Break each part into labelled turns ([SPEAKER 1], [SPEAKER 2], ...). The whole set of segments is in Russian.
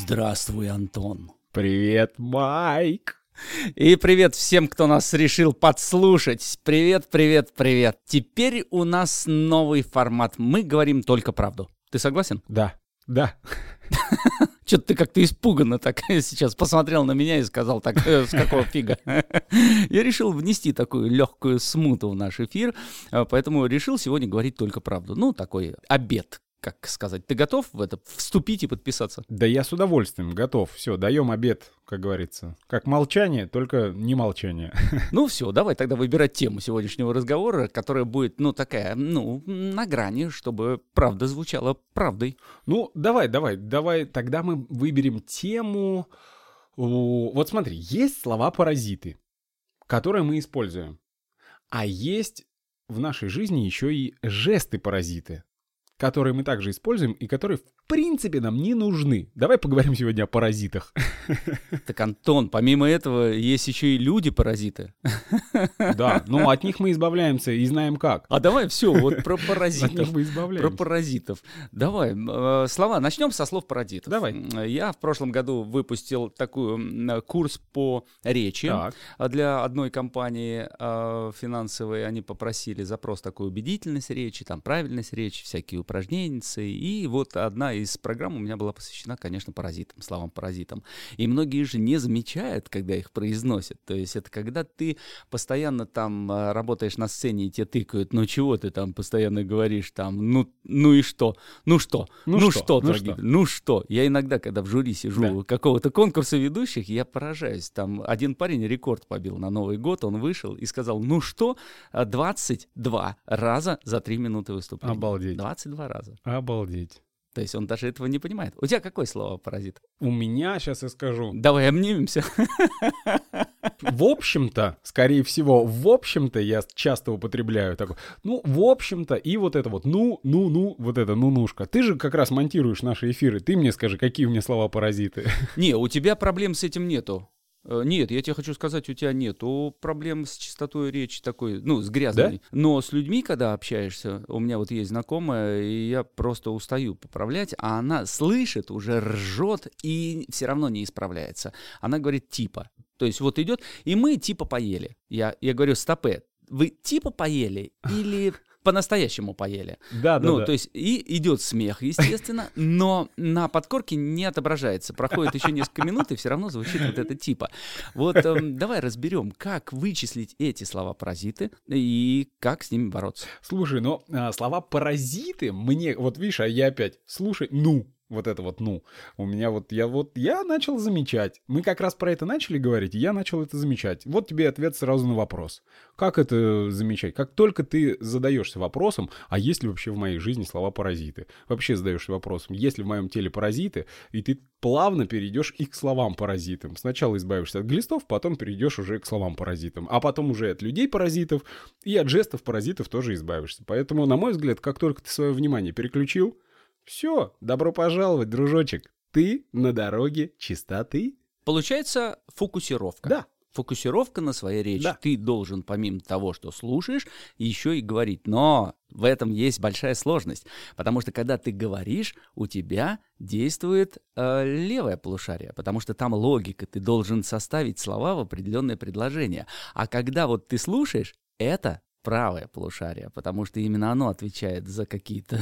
[SPEAKER 1] Здравствуй, Антон.
[SPEAKER 2] Привет, Майк.
[SPEAKER 1] И привет всем, кто нас решил подслушать. Привет. Теперь у нас новый формат. Мы говорим только правду. Ты согласен?
[SPEAKER 2] Да.
[SPEAKER 1] Что-то ты как-то испуганно так сейчас посмотрел на меня и сказал так, с какого фига. Я решил внести такую легкую смуту в наш эфир, поэтому решил сегодня говорить только правду. Ну, такой обет. Как сказать, ты готов в это вступить и подписаться?
[SPEAKER 2] Да я с удовольствием готов. Все, даем обед, как говорится. Как молчание, только не молчание.
[SPEAKER 1] Ну все, давай тогда выбирать тему сегодняшнего разговора, которая будет, такая, на грани, чтобы правда звучала правдой.
[SPEAKER 2] Ну, давай. Тогда мы выберем тему. Вот смотри, есть слова-паразиты, которые мы используем. А есть в нашей жизни еще и жесты-паразиты, которые мы также используем и которые, в принципе, нам не нужны. Давай поговорим сегодня о паразитах.
[SPEAKER 1] Так, Антон, помимо этого, есть еще и люди-паразиты.
[SPEAKER 2] Да, но от них мы избавляемся и знаем как.
[SPEAKER 1] А давай все, вот про паразитов.
[SPEAKER 2] От них мы избавляемся.
[SPEAKER 1] Про паразитов. Давай, слова. Начнем со слов паразитов.
[SPEAKER 2] Давай.
[SPEAKER 1] Я в прошлом году выпустил такой курс по речи для одной компании финансовой. Они попросили запрос такой: убедительность речи, там правильность речи, всякие упражнения. И вот одна из программ у меня была посвящена, конечно, паразитам, словам-паразитам. И многие же не замечают, когда их произносят. То есть это когда ты постоянно там работаешь на сцене, и тебе тыкают: ну чего ты там постоянно говоришь, там, ну и что? Ну что, дорогие? Ну что? Я иногда, когда в жюри сижу какого-то конкурса ведущих, я поражаюсь. Там один парень рекорд побил на Новый год, он вышел и сказал: ну что, 22 раза за 3 минуты выступления.
[SPEAKER 2] Обалдеть.
[SPEAKER 1] 22 раза.
[SPEAKER 2] Обалдеть.
[SPEAKER 1] То есть он даже этого не понимает. У тебя какое слово паразит?
[SPEAKER 2] У меня, сейчас я скажу.
[SPEAKER 1] Давай обнимемся.
[SPEAKER 2] В общем-то, скорее всего, я часто употребляю такое. Ну, в общем-то, и вот это вот, вот это, нушка. Ты же как раз монтируешь наши эфиры. Ты мне скажи, какие у меня слова-паразиты.
[SPEAKER 1] Не, у тебя проблем с этим нету. Нет, я тебе хочу сказать, у тебя нету проблем с чистотой речи такой, с грязной. Да? Но с людьми, когда общаешься, у меня вот есть знакомая, и я просто устаю поправлять, а она слышит, уже ржет и все равно не исправляется. Она говорит типа. То есть вот идет, и мы типа поели. Я говорю: стопэ, вы типа поели или по-настоящему поели? Да. То есть и идет смех, естественно, но на подкорке не отображается. Проходит еще несколько минут, и все равно звучит вот это типа. Вот давай разберем, как вычислить эти слова-паразиты и как с ними бороться.
[SPEAKER 2] Слушай, слова-паразиты мне, вот видишь, а я опять, слушай, вот это вот, у меня я начал замечать. Мы как раз про это начали говорить, и я начал это замечать. Вот тебе ответ сразу на вопрос. Как это замечать? Как только ты задаешься вопросом, а есть ли вообще в моей жизни слова-паразиты? Вообще задаешься вопросом, есть ли в моем теле паразиты, и ты плавно перейдешь и к словам-паразитам. Сначала избавишься от глистов, потом перейдешь уже к словам-паразитам, а потом уже от людей-паразитов и от жестов-паразитов тоже избавишься. Поэтому, на мой взгляд, как только ты свое внимание переключил, все, добро пожаловать, дружочек. Ты на дороге чистоты.
[SPEAKER 1] Получается фокусировка.
[SPEAKER 2] Да.
[SPEAKER 1] Фокусировка на своей речи.
[SPEAKER 2] Да.
[SPEAKER 1] Ты должен, помимо того, что слушаешь, еще и говорить. Но в этом есть большая сложность. Потому что, когда ты говоришь, у тебя действует левое полушарие. Потому что там логика. Ты должен составить слова в определенное предложение. А когда вот ты слушаешь, это правое полушарие, потому что именно оно отвечает за какие-то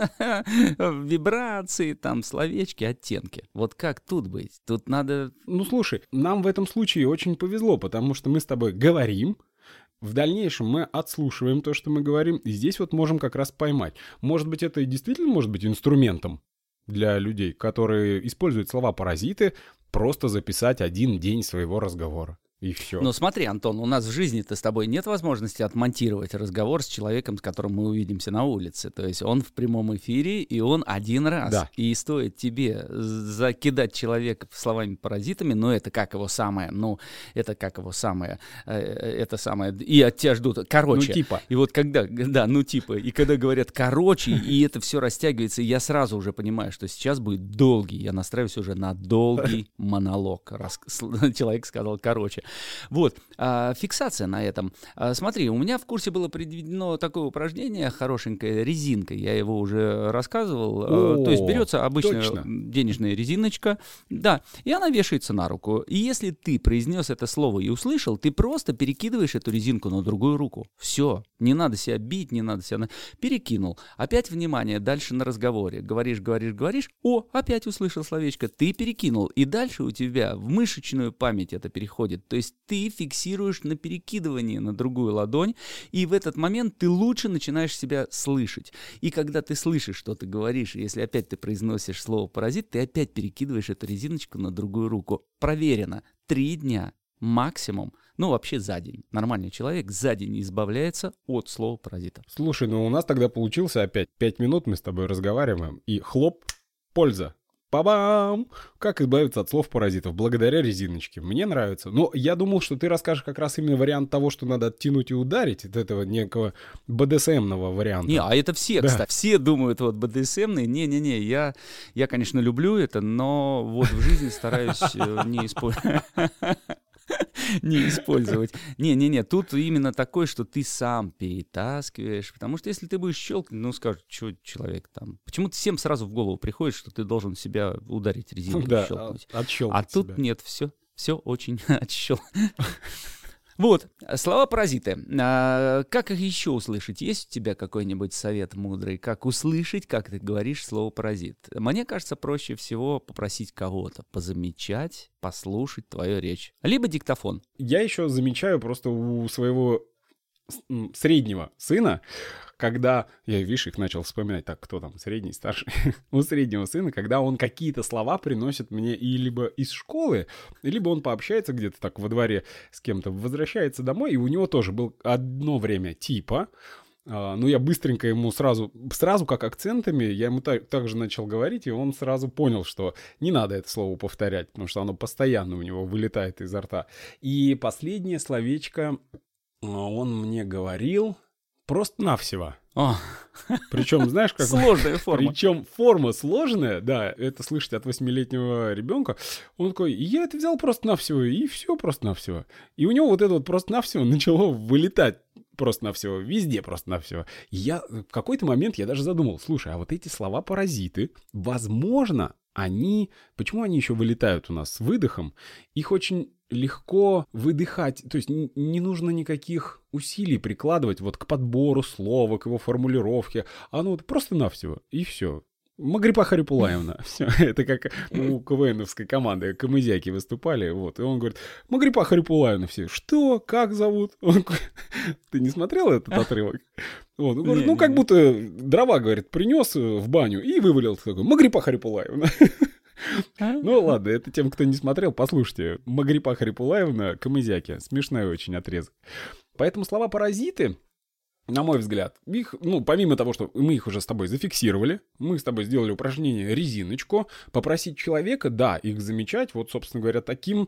[SPEAKER 1] вибрации, там, словечки, оттенки. Вот как тут быть? Тут надо...
[SPEAKER 2] Слушай, нам в этом случае очень повезло, потому что мы с тобой говорим, в дальнейшем мы отслушиваем то, что мы говорим, и здесь вот можем как раз поймать. Может быть, это и действительно может быть инструментом для людей, которые используют слова-паразиты, просто записать один день своего разговора. И все.
[SPEAKER 1] Ну смотри, Антон, у нас в жизни-то с тобой нет возможности отмонтировать разговор с человеком, с которым мы увидимся на улице. То есть он в прямом эфире, и он один раз.
[SPEAKER 2] Да.
[SPEAKER 1] И стоит тебе закидать человека словами-паразитами, это как его самое, и от тебя ждут, короче.
[SPEAKER 2] Типа.
[SPEAKER 1] И вот когда, и когда говорят короче, и это все растягивается, я сразу уже понимаю, что сейчас будет долгий, я настраиваюсь уже на долгий монолог, раз человек сказал короче. Вот, фиксация на этом. Смотри, у меня в курсе было приведено такое упражнение хорошенькое, резинкой, я его уже рассказывал. То есть берется обычная денежная резиночка, да, и она вешается на руку. И если ты произнес это слово и услышал, ты просто перекидываешь эту резинку на другую руку. Все, не надо себя бить, не надо себя... Перекинул. Опять внимание, дальше на разговоре. Говоришь, опять услышал словечко, ты перекинул. И дальше у тебя в мышечную память это переходит. То есть ты фиксируешь на перекидывании на другую ладонь, и в этот момент ты лучше начинаешь себя слышать. И когда ты слышишь, что ты говоришь, и если опять ты произносишь слово «паразит», ты опять перекидываешь эту резиночку на другую руку. Проверено. 3 дня максимум. Вообще за день. Нормальный человек за день избавляется от слова «паразита».
[SPEAKER 2] Слушай, у нас тогда получился опять 5 минут, мы с тобой разговариваем, и хлоп, польза. Па-бам! Как избавиться от слов-паразитов благодаря резиночке. Мне нравится. Но я думал, что ты расскажешь как раз именно вариант того, что надо оттянуть и ударить, от этого некого БДСМного варианта.
[SPEAKER 1] Не, а это все, да. Кстати. Все думают, БДСМные. Не-не-не, я, конечно, люблю это, но вот в жизни стараюсь не использовать. Не-не-не, тут именно такое, что ты сам перетаскиваешь, потому что если ты будешь щелкать, скажут, что человек там... Почему-то всем сразу в голову приходит, что ты должен себя ударить резинкой, щелкнуть.
[SPEAKER 2] Отщелкать
[SPEAKER 1] а тут себя. Нет, все очень отщелкнуть. Вот, слова-паразиты. Как их еще услышать? Есть у тебя какой-нибудь совет мудрый? Как услышать, как ты говоришь слово «паразит»? Мне кажется, проще всего попросить кого-то позамечать, послушать твою речь. Либо диктофон.
[SPEAKER 2] Я еще замечаю просто у своего среднего сына, когда, я, видишь, их начал вспоминать, так, кто там, средний, старший, у среднего сына, когда он какие-то слова приносит мне и либо из школы, либо он пообщается где-то так во дворе с кем-то, возвращается домой, и у него тоже был одно время типа, я быстренько ему сразу как акцентами, я ему также начал говорить, и он сразу понял, что не надо это слово повторять, потому что оно постоянно у него вылетает изо рта. И последнее словечко он мне говорил... Просто-навсего. Причем, знаешь, как...
[SPEAKER 1] Сложная форма.
[SPEAKER 2] Причем форма сложная, да, это слышать от 8-летнего ребенка. Он такой, я это взял просто-навсего, и все просто-навсего. И у него вот это вот просто-навсего начало вылетать просто-навсего, везде просто-навсего. И в какой-то момент я даже задумал, слушай, а вот эти слова-паразиты, возможно, почему они еще вылетают у нас с выдохом? Их очень легко выдыхать, то есть не нужно никаких усилий прикладывать вот к подбору слова, к его формулировке. Оно вот просто-навсего, и все. Магрипа Харипулаевна. Все, это как у КВНовской команды камызяки выступали, вот, и он говорит, Магрипа Харипулаевна, все, что, как зовут? Ты не смотрел этот отрывок? Вот, он говорит, как будто дрова, говорит, принес в баню и вывалил такой, Магрипа Харипулаевна. Ладно, это тем, кто не смотрел, послушайте. Магрипа Харипулаевна, камызяки. Смешной очень отрезок. Поэтому слова-паразиты, на мой взгляд, их, помимо того, что мы их уже с тобой зафиксировали, мы с тобой сделали упражнение резиночку, попросить человека, да, их замечать, вот, собственно говоря,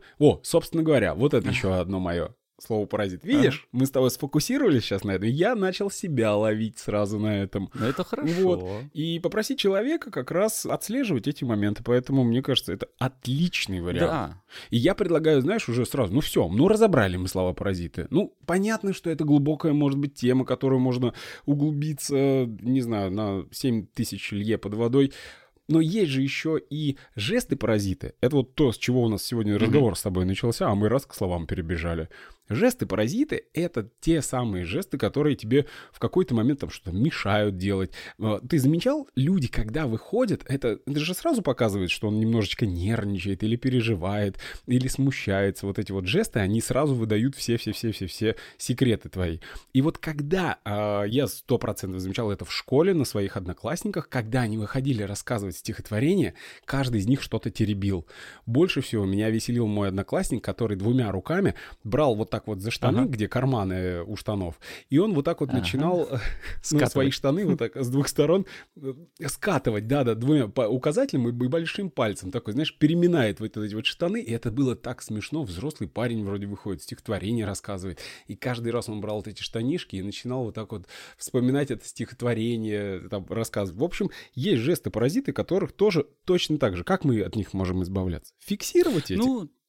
[SPEAKER 2] вот это еще одно мое слово «паразит». Видишь, мы с тобой сфокусировались сейчас на этом, я начал себя ловить сразу на этом.
[SPEAKER 1] Это хорошо.
[SPEAKER 2] Вот. И попросить человека как раз отслеживать эти моменты, поэтому, мне кажется, это отличный вариант.
[SPEAKER 1] Да.
[SPEAKER 2] И я предлагаю, знаешь, уже сразу, разобрали мы слова-паразиты. Понятно, что это глубокая, может быть, тема, которую можно углубиться, не знаю, на 7000 лье под водой. Но есть же еще и жесты-паразиты. Это вот то, с чего у нас сегодня разговор с тобой начался, а мы раз к словам перебежали. Жесты-паразиты — это те самые жесты, которые тебе в какой-то момент там что-то мешают делать. Ты замечал, люди, когда выходят, это же сразу показывает, что он немножечко нервничает или переживает, или смущается. Вот эти вот жесты, они сразу выдают все секреты твои. И вот когда я 100% замечал это в школе на своих одноклассниках, когда они выходили рассказывать стихотворение, каждый из них что-то теребил. Больше всего меня веселил мой одноклассник, который 2 руками брал вот так вот за штаны, где карманы у штанов, и он вот так вот начинал свои штаны вот так с 2 сторон скатывать, 2 указательным и большим пальцем, такой, знаешь, переминает вот эти вот штаны, и это было так смешно. Взрослый парень вроде выходит, стихотворение рассказывает, и каждый раз он брал вот эти штанишки и начинал вот так вот вспоминать это стихотворение, там, рассказывать. В общем, есть жесты-паразиты, которых тоже точно так же. Как мы от них можем избавляться? Фиксировать эти.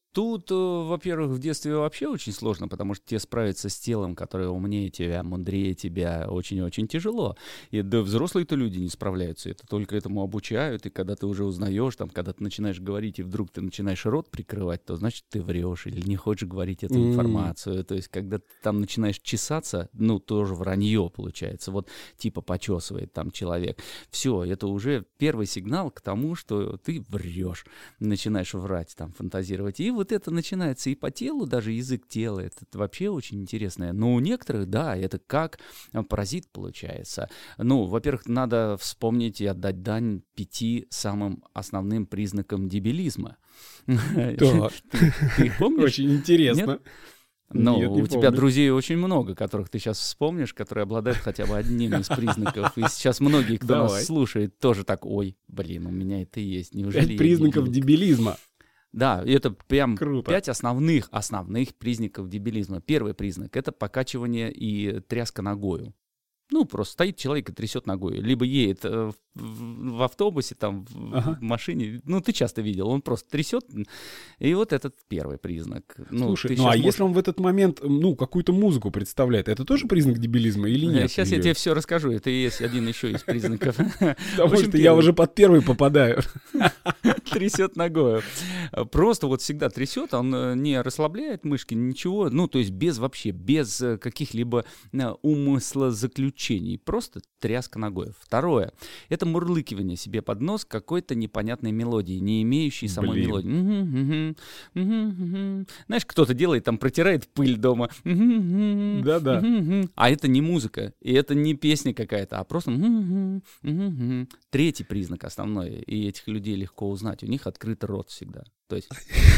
[SPEAKER 1] Тут, во-первых, в детстве вообще очень сложно, потому что тебе справиться с телом, которое умнее тебя, мудрее тебя, очень-очень тяжело. И да, взрослые-то люди не справляются, это только этому обучают, и когда ты уже узнаешь, там, когда ты начинаешь говорить, и вдруг ты начинаешь рот прикрывать, то значит ты врешь или не хочешь говорить эту информацию. То есть когда ты там начинаешь чесаться, ну, тоже вранье получается. Вот типа почесывает там человек. Все, это уже первый сигнал к тому, что ты врешь. Начинаешь врать, там, фантазировать. И вот это начинается и по телу, даже язык тела, это вообще очень интересное. Но у некоторых, да, это как паразит получается. Ну, во-первых, надо вспомнить и отдать дань 5 самым основным признакам дебилизма.
[SPEAKER 2] Так.
[SPEAKER 1] Ты их помнишь?
[SPEAKER 2] Очень интересно.
[SPEAKER 1] Но
[SPEAKER 2] Нет,
[SPEAKER 1] у тебя друзей очень много, которых ты сейчас вспомнишь, которые обладают хотя бы одним из признаков. И сейчас многие, кто нас слушает, тоже так, ой, блин, у меня это есть. Неужели
[SPEAKER 2] 5 признаков дебилизма.
[SPEAKER 1] Да, это прям
[SPEAKER 2] Круто.
[SPEAKER 1] 5 основных признаков дебилизма. Первый признак — это покачивание и тряска ногою. Ну, просто стоит человек и трясет ногой. Либо едет в автобусе, там, в машине. Ну, ты часто видел, он просто трясет. И вот этот первый признак.
[SPEAKER 2] Слушай, если он в этот момент, какую-то музыку представляет, это тоже признак дебилизма или нет?
[SPEAKER 1] Сейчас я тебе все расскажу. Это и есть один еще из признаков.
[SPEAKER 2] Потому что я уже под первый попадаю.
[SPEAKER 1] Трясет ногой. Просто вот всегда трясет, он не расслабляет мышки, ничего. Ну, то есть без каких-либо умыслозаключений. Просто тряска ногой. Второе. Это мурлыкивание себе под нос какой-то непонятной мелодии, не имеющей самой мелодии. Знаешь, кто-то делает, там протирает пыль дома.
[SPEAKER 2] Да-да.
[SPEAKER 1] А это не музыка, и это не песня какая-то, а просто... Третий признак основной, и этих людей легко узнать, у них открытый рот всегда. То есть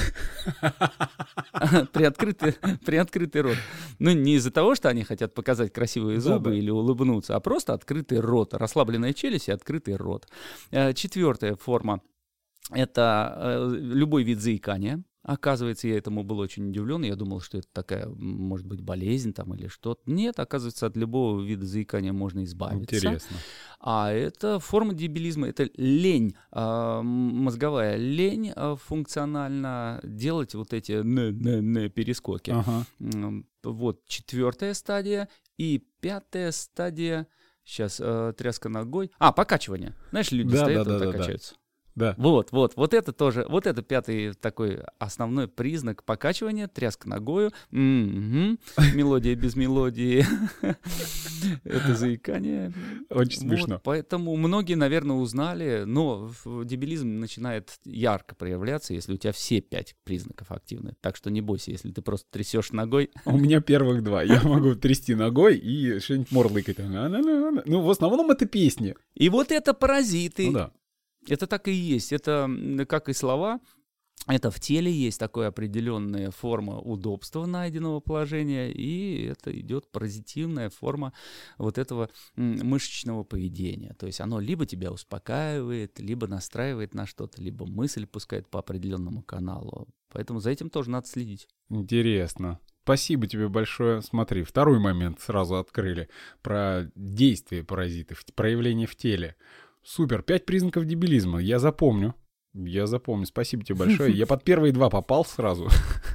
[SPEAKER 1] приоткрытый рот. Ну, не из-за того, что они хотят показать красивые зубы или улыбнуться, а просто открытый рот, расслабленная челюсть и открытый рот. Четвертая форма — это любой вид заикания. Оказывается, я этому был очень удивлен. Я думал, что это такая, может быть, болезнь там или что-то. Нет, оказывается, от любого вида заикания можно избавиться.
[SPEAKER 2] Интересно.
[SPEAKER 1] А это форма дебилизма, это лень, мозговая лень функционально делать вот эти перескоки.
[SPEAKER 2] Ага.
[SPEAKER 1] Вот 4-я стадия и 5-я стадия. Сейчас тряска ногой. Покачивание. Знаешь, люди стоят и так качаются.
[SPEAKER 2] Да.
[SPEAKER 1] Вот это тоже, вот это 5-й такой основной признак покачивания, тряска ногою, мелодия без мелодии, это заикание.
[SPEAKER 2] Очень смешно.
[SPEAKER 1] Поэтому многие, наверное, узнали, но дебилизм начинает ярко проявляться, если у тебя все 5 признаков активны. Так что не бойся, если ты просто трясешь ногой.
[SPEAKER 2] У меня первых 2. Я могу трясти ногой и что-нибудь мурлыкать. Ну, в основном это песни.
[SPEAKER 1] И вот это паразиты.
[SPEAKER 2] Ну да.
[SPEAKER 1] Это так и есть. Это, как и слова, это в теле есть такая определенная форма удобства найденного положения, и это идет паразитивная форма вот этого мышечного поведения. То есть оно либо тебя успокаивает, либо настраивает на что-то, либо мысль пускает по определенному каналу. Поэтому за этим тоже надо следить.
[SPEAKER 2] Интересно. Спасибо тебе большое. Смотри, второй момент сразу открыли. Про действие паразитов, проявление в теле. Супер, 5 признаков дебилизма. Я запомню. Спасибо тебе большое. Я под первые 2 попал сразу.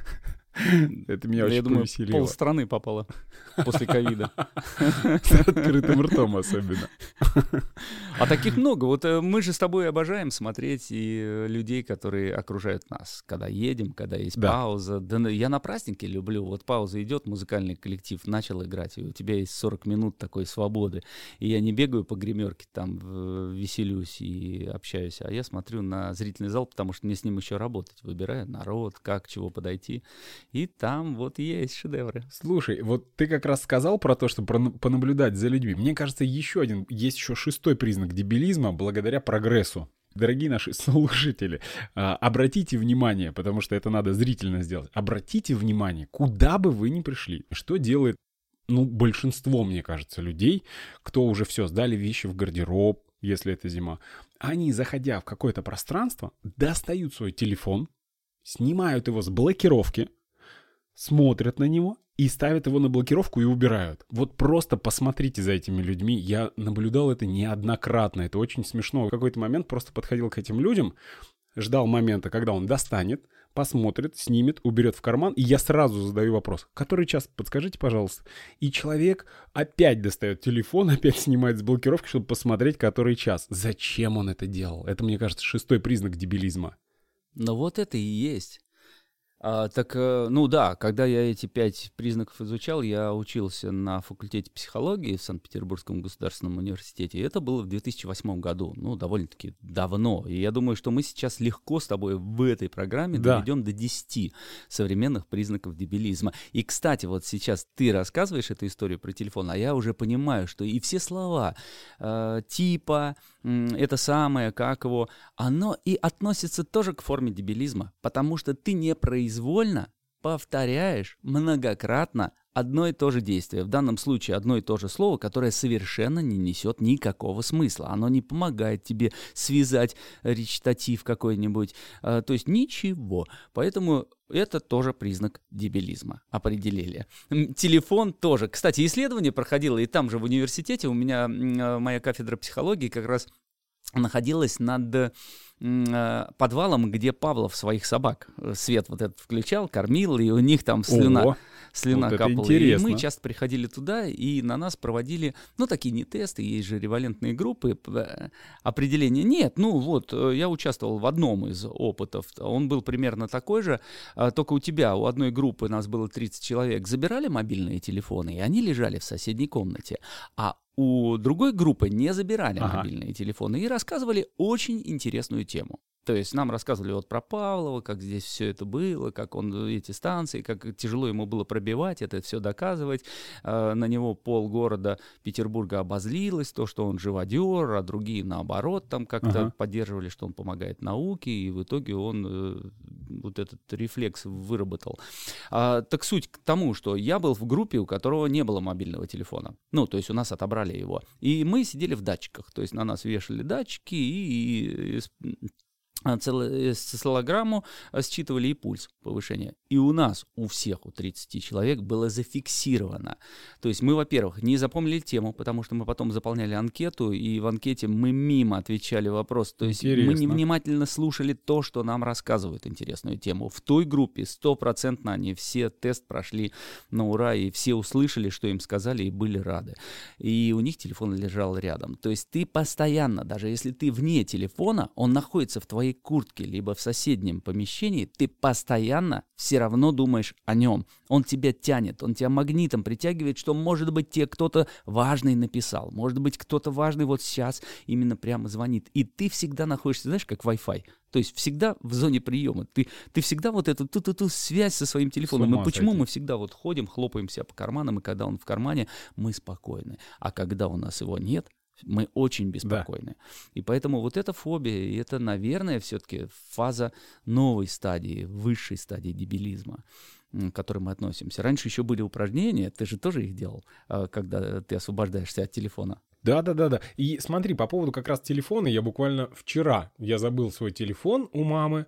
[SPEAKER 2] Это меня очень повеселило.
[SPEAKER 1] Я думаю, полстраны попало после ковида.
[SPEAKER 2] С открытым ртом особенно.
[SPEAKER 1] А таких много. Вот мы же с тобой обожаем смотреть и людей, которые окружают нас. Когда едем, когда есть пауза. Да, я на празднике люблю. Вот пауза идет, музыкальный коллектив начал играть, и у тебя есть 40 минут такой свободы. И я не бегаю по гримерке, там веселюсь и общаюсь, а я смотрю на зрительный зал, потому что мне с ним еще работать. Выбираю народ, как, чего подойти. И там вот есть шедевры.
[SPEAKER 2] Слушай, вот ты как раз сказал про то, что понаблюдать за людьми. Мне кажется, есть еще 6-й признак дебилизма благодаря прогрессу. Дорогие наши слушатели, обратите внимание, потому что это надо зрительно сделать. Обратите внимание, куда бы вы ни пришли, что делает, большинство, мне кажется, людей, кто уже все, сдали вещи в гардероб, если это зима. Они, заходя в какое-то пространство, достают свой телефон, снимают его с блокировки, смотрят на него и ставят его на блокировку и убирают. Вот просто посмотрите за этими людьми. Я наблюдал это неоднократно. Это очень смешно. В какой-то момент просто подходил к этим людям, ждал момента, когда он достанет, посмотрит, снимет, уберет в карман, и я сразу задаю вопрос: который час, подскажите, пожалуйста. И человек опять достает телефон, опять снимает с блокировки, чтобы посмотреть, который час. Зачем он это делал? Это, мне кажется, 6-й признак дебилизма.
[SPEAKER 1] Но вот это и есть. Ну да, когда я эти 5 признаков изучал, я учился на факультете психологии в Санкт-Петербургском государственном университете, и это было в 2008 году, ну, довольно-таки давно. И я думаю, что мы сейчас легко с тобой в этой программе доведем до 10 современных признаков дебилизма. И, кстати, вот сейчас ты рассказываешь эту историю про телефон, а я уже понимаю, что и все слова типа, это самое, как его, оно и относится тоже к форме дебилизма, потому что ты непроизвольно повторяешь многократно одно и то же действие. В данном случае одно и то же слово, которое совершенно не несет никакого смысла. Оно не помогает тебе связать речитатив какой-нибудь. То есть ничего. Поэтому это тоже признак дебилизма. Определили. Телефон тоже. Кстати, исследование проходило и там же в университете. У меня моя кафедра психологии как раз находилась над подвалом, где Павлов своих собак свет вот этот включал, кормил, и у них там слюна вот капала. И мы часто приходили туда, и на нас проводили, ну, такие не тесты, есть же ревалентные группы, определения нет. Ну, вот, я участвовал в одном из опытов, он был примерно такой же, только у тебя, у одной группы, нас было 30 человек, забирали мобильные телефоны, и они лежали в соседней комнате, а у другой группы не забирали мобильные телефоны и рассказывали очень интересную тему. То есть нам рассказывали вот про Павлова, как здесь все это было, как он эти станции, как тяжело ему было пробивать, это все доказывать. На него полгорода Петербурга обозлилось, то, что он живодер, а другие наоборот там как-то поддерживали, что он помогает науке, и в итоге он вот этот рефлекс выработал. Так суть к тому, что я был в группе, у которого не было мобильного телефона. Ну, то есть у нас отобрали его. И мы сидели в датчиках, то есть на нас вешали датчики и сциллограмму считывали и пульс повышения. И у нас, у всех, у 30 человек было зафиксировано. То есть мы, во-первых, не запомнили тему, потому что мы потом заполняли анкету, и в анкете мы мимо отвечали вопрос. То есть мы невнимательно слушали то, что нам рассказывают интересную тему. В той группе 100% они все тест прошли на ура, и все услышали, что им сказали, и были рады. И у них телефон лежал рядом. То есть ты постоянно, даже если ты вне телефона, он находится в твоей куртке, либо в соседнем помещении, ты постоянно все равно думаешь о нем. Он тебя тянет, он тебя магнитом притягивает, что, может быть, тебе кто-то важный написал, может быть, кто-то важный вот сейчас именно прямо звонит. И ты всегда находишься, знаешь, как Wi-Fi. То есть всегда в зоне приема. Ты всегда вот эту связь со своим телефоном. И почему мы всегда вот ходим, хлопаем себя по карманам, и когда он в кармане, мы спокойны. А когда у нас его нет, мы очень беспокойны. Да. И поэтому вот эта фобия, и это, наверное, все-таки фаза новой стадии, высшей стадии дебилизма, к которой мы относимся. Раньше еще были упражнения, ты же тоже их делал, когда ты освобождаешься от телефона.
[SPEAKER 2] Да. И смотри, по поводу как раз телефона, я буквально вчера, я забыл свой телефон у мамы,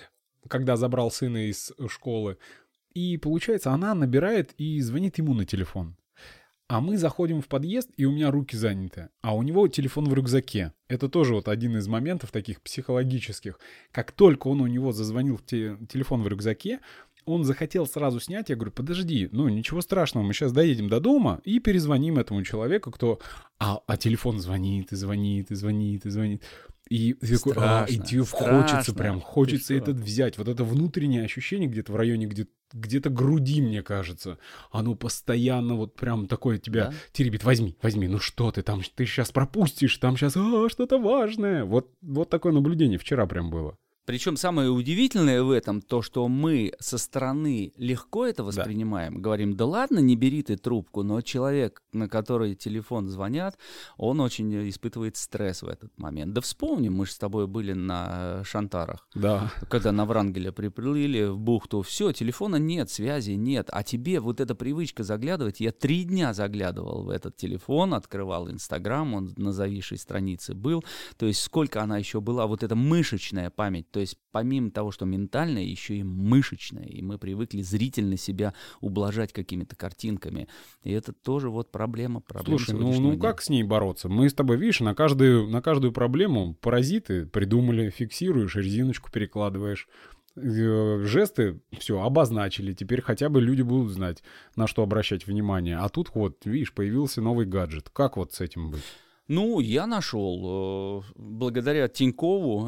[SPEAKER 2] когда забрал сына из школы, и получается, она набирает и звонит ему на телефон. А мы заходим в подъезд, и у меня руки заняты, а у него телефон в рюкзаке. Это тоже вот один из моментов таких психологических. Как только он у него зазвонил телефон в рюкзаке, он захотел сразу снять. Я говорю: подожди, ну ничего страшного, мы сейчас доедем до дома и перезвоним этому человеку, кто... А телефон звонит и звонит и звонит и звонит. И такой, и тебе хочется прям, хочется этот взять. Вот это внутреннее ощущение где-то в районе, где-то груди, мне кажется. Оно постоянно вот прям такое тебя теребит. Возьми, ну что ты там, ты сейчас пропустишь, там сейчас что-то важное. Вот такое наблюдение вчера прям было.
[SPEAKER 1] Причем самое удивительное в этом то, что мы со стороны легко это воспринимаем. Говорим: да ладно, не бери ты трубку. Но человек, на который телефон звонят, он очень испытывает стресс в этот момент. Да вспомним, мы же с тобой были на Шантарах.
[SPEAKER 2] Да.
[SPEAKER 1] Когда на Врангеля приплыли в бухту, все, телефона нет, связи нет. А тебе вот эта привычка заглядывать. Я 3 дня заглядывал в этот телефон, открывал Инстаграм, он на зависшей странице был. То есть сколько она еще была, вот эта мышечная память. То есть помимо того, что ментальное, еще и мышечное. И мы привыкли зрительно себя ублажать какими-то картинками. И это тоже вот проблема.
[SPEAKER 2] Слушай, ну как с ней бороться? Мы с тобой, видишь, на каждую проблему паразиты придумали, фиксируешь, резиночку перекладываешь. жесты все обозначили, теперь хотя бы люди будут знать, на что обращать внимание. А тут вот, видишь, появился новый гаджет. Как вот с этим быть?
[SPEAKER 1] Ну, я нашел. Благодаря Тинькову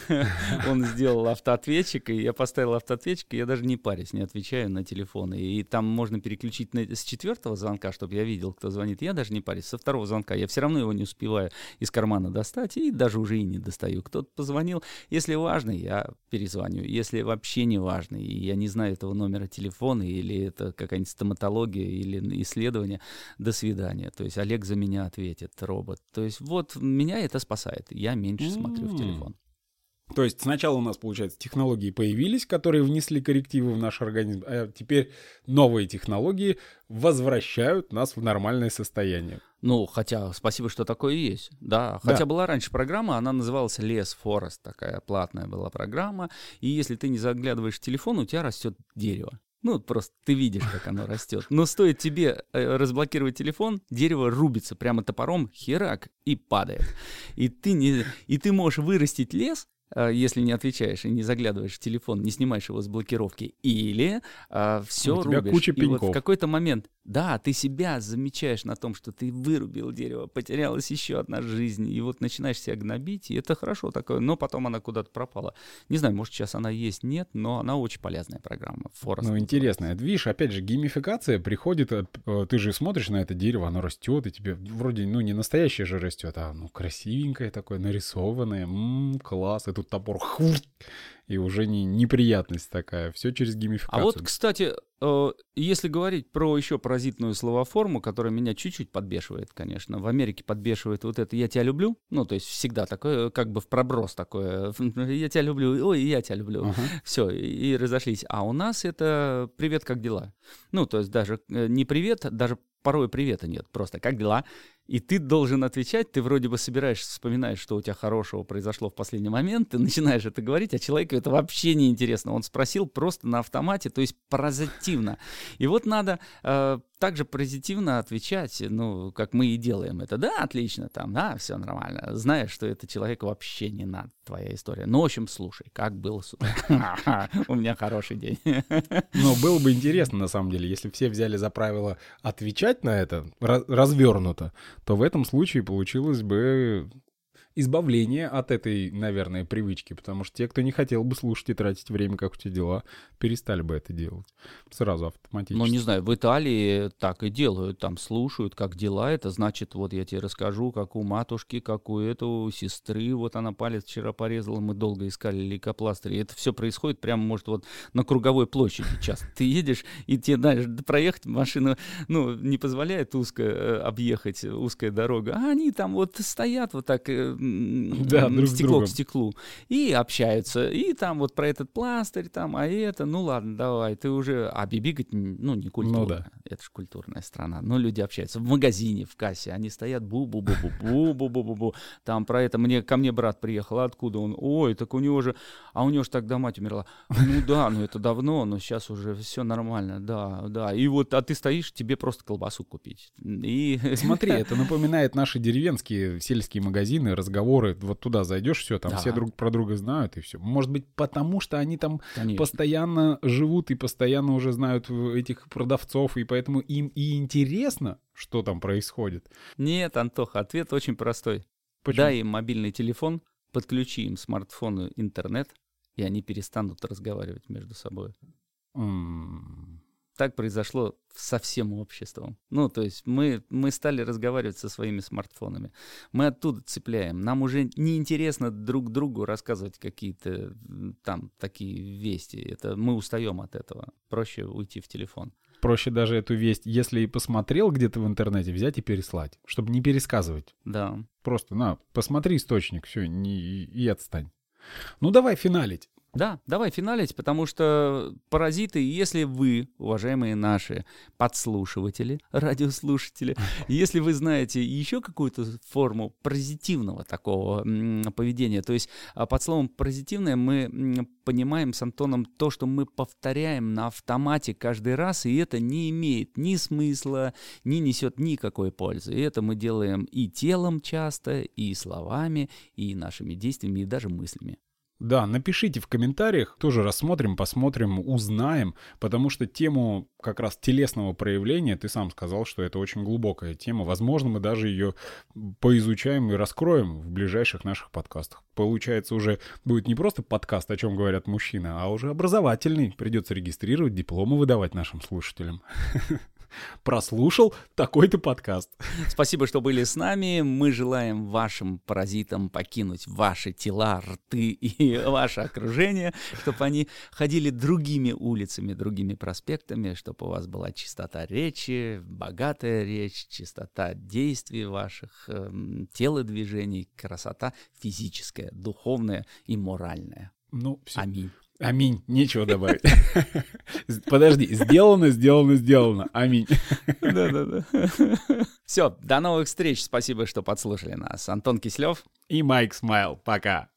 [SPEAKER 1] он сделал автоответчик, и я поставил автоответчик, и я даже не парюсь, не отвечаю на телефоны. И там можно переключить с 4-го звонка, чтобы я видел, кто звонит. Я даже не парюсь. Со 2-го звонка я все равно его не успеваю из кармана достать, и даже уже и не достаю. Кто-то позвонил. Если важный, я перезвоню. Если вообще не важный, и я не знаю этого номера телефона, или это какая-нибудь стоматология, или исследование, до свидания. То есть Олег за меня ответит, робот. То есть вот меня это спасает. Я меньше смотрю в телефон.
[SPEAKER 2] То есть сначала у нас, получается, технологии появились, которые внесли коррективы в наш организм, а теперь новые технологии возвращают нас в нормальное состояние.
[SPEAKER 1] Ну, хотя, спасибо, что такое есть. Да, хотя была раньше программа, она называлась Less Forest, такая платная была программа, и если ты не заглядываешь в телефон, у тебя растет дерево. Ну, просто ты видишь, как оно растет. Но стоит тебе разблокировать телефон, дерево рубится прямо топором, херак, и падает. И ты можешь вырастить лес, если не отвечаешь и не заглядываешь в телефон, не снимаешь его с блокировки, или все рубишь. У тебя
[SPEAKER 2] куча пеньков.
[SPEAKER 1] И вот в какой-то момент, да, ты себя замечаешь на том, что ты вырубил дерево, потерялась еще одна жизнь, и вот начинаешь себя гнобить, и это хорошо такое, но потом она куда-то пропала. Не знаю, может, сейчас она есть, нет, но она очень полезная программа.
[SPEAKER 2] Ну, интересно. Это, видишь, опять же, геймификация приходит, ты же смотришь на это дерево, оно растет, и тебе вроде, ну, не настоящее же растет, а, ну, красивенькое такое, нарисованное, класс, и тут топор, и уже неприятность такая, все через геймификацию.
[SPEAKER 1] А вот, кстати, если говорить про еще паразитную словоформу, которая меня чуть-чуть подбешивает, конечно, в Америке подбешивает вот это «я тебя люблю», ну, то есть всегда такое, как бы в проброс такое «я тебя люблю», «ой, я тебя люблю», все, и разошлись. А у нас это «привет, как дела?». Ну, то есть даже не «привет», даже порой привета нет, просто «как дела?». И ты должен отвечать, ты вроде бы собираешься, вспоминаешь, что у тебя хорошего произошло в последний момент, ты начинаешь это говорить, а человеку это вообще не интересно. Он спросил просто на автомате, то есть паразитивно. И вот надо также паразитивно отвечать, ну, как мы и делаем это. Да, отлично, там, да, все нормально. Знаешь, что это человеку вообще не надо, твоя история. Ну, в общем, слушай, как было с утра? У меня хороший день.
[SPEAKER 2] Но было бы интересно, на самом деле, если все взяли за правило отвечать на это развернуто, то в этом случае получилось бы избавление от этой, наверное, привычки, потому что те, кто не хотел бы слушать и тратить время, как у тебя дела, перестали бы это делать сразу автоматически.
[SPEAKER 1] Ну, не знаю, в Италии так и делают, там слушают, как дела, это значит, вот я тебе расскажу, как у матушки, как у этого, у сестры, вот она палец вчера порезала, мы долго искали лейкопластырь, и это все происходит прямо, может, вот на Круговой площади часто. Ты едешь, и тебе, знаешь, проехать машина, ну, не позволяет объехать узкая дорога, а они там вот стоят вот так,
[SPEAKER 2] да,
[SPEAKER 1] стекло к стеклу, и общаются, и там вот про этот пластырь, там, а это, ну ладно, давай, ты уже, а бибикать, ну, не культурно,
[SPEAKER 2] ну, да.
[SPEAKER 1] Это же культурная страна, но люди общаются, в магазине, в кассе, они стоят, бу-бу-бу-бу-бу-бу-бу-бу, там про это, ко мне брат приехал, откуда он, ой, так у него же тогда мать умерла, ну да, ну это давно, но сейчас уже все нормально, да, и вот, а ты стоишь, тебе просто колбасу купить, и...
[SPEAKER 2] Смотри, это напоминает наши деревенские сельские магазины, разговоры, вот туда зайдешь, все, там все друг про друга знают, и все. Может быть, потому что они там постоянно живут и постоянно уже знают этих продавцов, и поэтому им и интересно, что там происходит.
[SPEAKER 1] Нет, Антоха, ответ очень простой.
[SPEAKER 2] Почему?
[SPEAKER 1] Дай им мобильный телефон, подключи им смартфону интернет, и они перестанут разговаривать между собой. Так произошло со всем обществом. Ну, то есть мы стали разговаривать со своими смартфонами. Мы оттуда цепляем. Нам уже неинтересно друг другу рассказывать какие-то там такие вести. Это мы устаем от этого. Проще уйти в телефон.
[SPEAKER 2] Проще даже эту весть, если и посмотрел где-то в интернете, взять и переслать, чтобы не пересказывать.
[SPEAKER 1] Да.
[SPEAKER 2] Просто, посмотри источник, все, и отстань. Ну, давай финалить.
[SPEAKER 1] Да, давай финалить, потому что паразиты, если вы, уважаемые наши подслушиватели, радиослушатели, если вы знаете еще какую-то форму паразитивного такого поведения, то есть под словом паразитивное мы понимаем с Антоном то, что мы повторяем на автомате каждый раз, и это не имеет ни смысла, не несет никакой пользы. И это мы делаем и телом часто, и словами, и нашими действиями, и даже мыслями.
[SPEAKER 2] Да, напишите в комментариях, тоже рассмотрим, посмотрим, узнаем, потому что тему как раз телесного проявления, ты сам сказал, что это очень глубокая тема. Возможно, мы даже ее поизучаем и раскроем в ближайших наших подкастах. Получается, уже будет не просто подкаст, о чем говорят мужчины, а уже образовательный. Придется регистрировать, дипломы выдавать нашим слушателям. Прослушал такой-то подкаст.
[SPEAKER 1] Спасибо, что были с нами. Мы желаем вашим паразитам покинуть ваши тела, рты и ваше окружение, чтобы они ходили другими улицами, другими проспектами, чтобы у вас была чистота речи, богатая речь, чистота действий ваших, телодвижений, красота физическая, духовная и моральная.
[SPEAKER 2] Ну, все.
[SPEAKER 1] Аминь.
[SPEAKER 2] Аминь. Нечего добавить. Подожди. Сделано. Аминь.
[SPEAKER 1] Да. Все, до новых встреч. Спасибо, что подслушали нас. Антон Киселев
[SPEAKER 2] и Майк Смайл. Пока.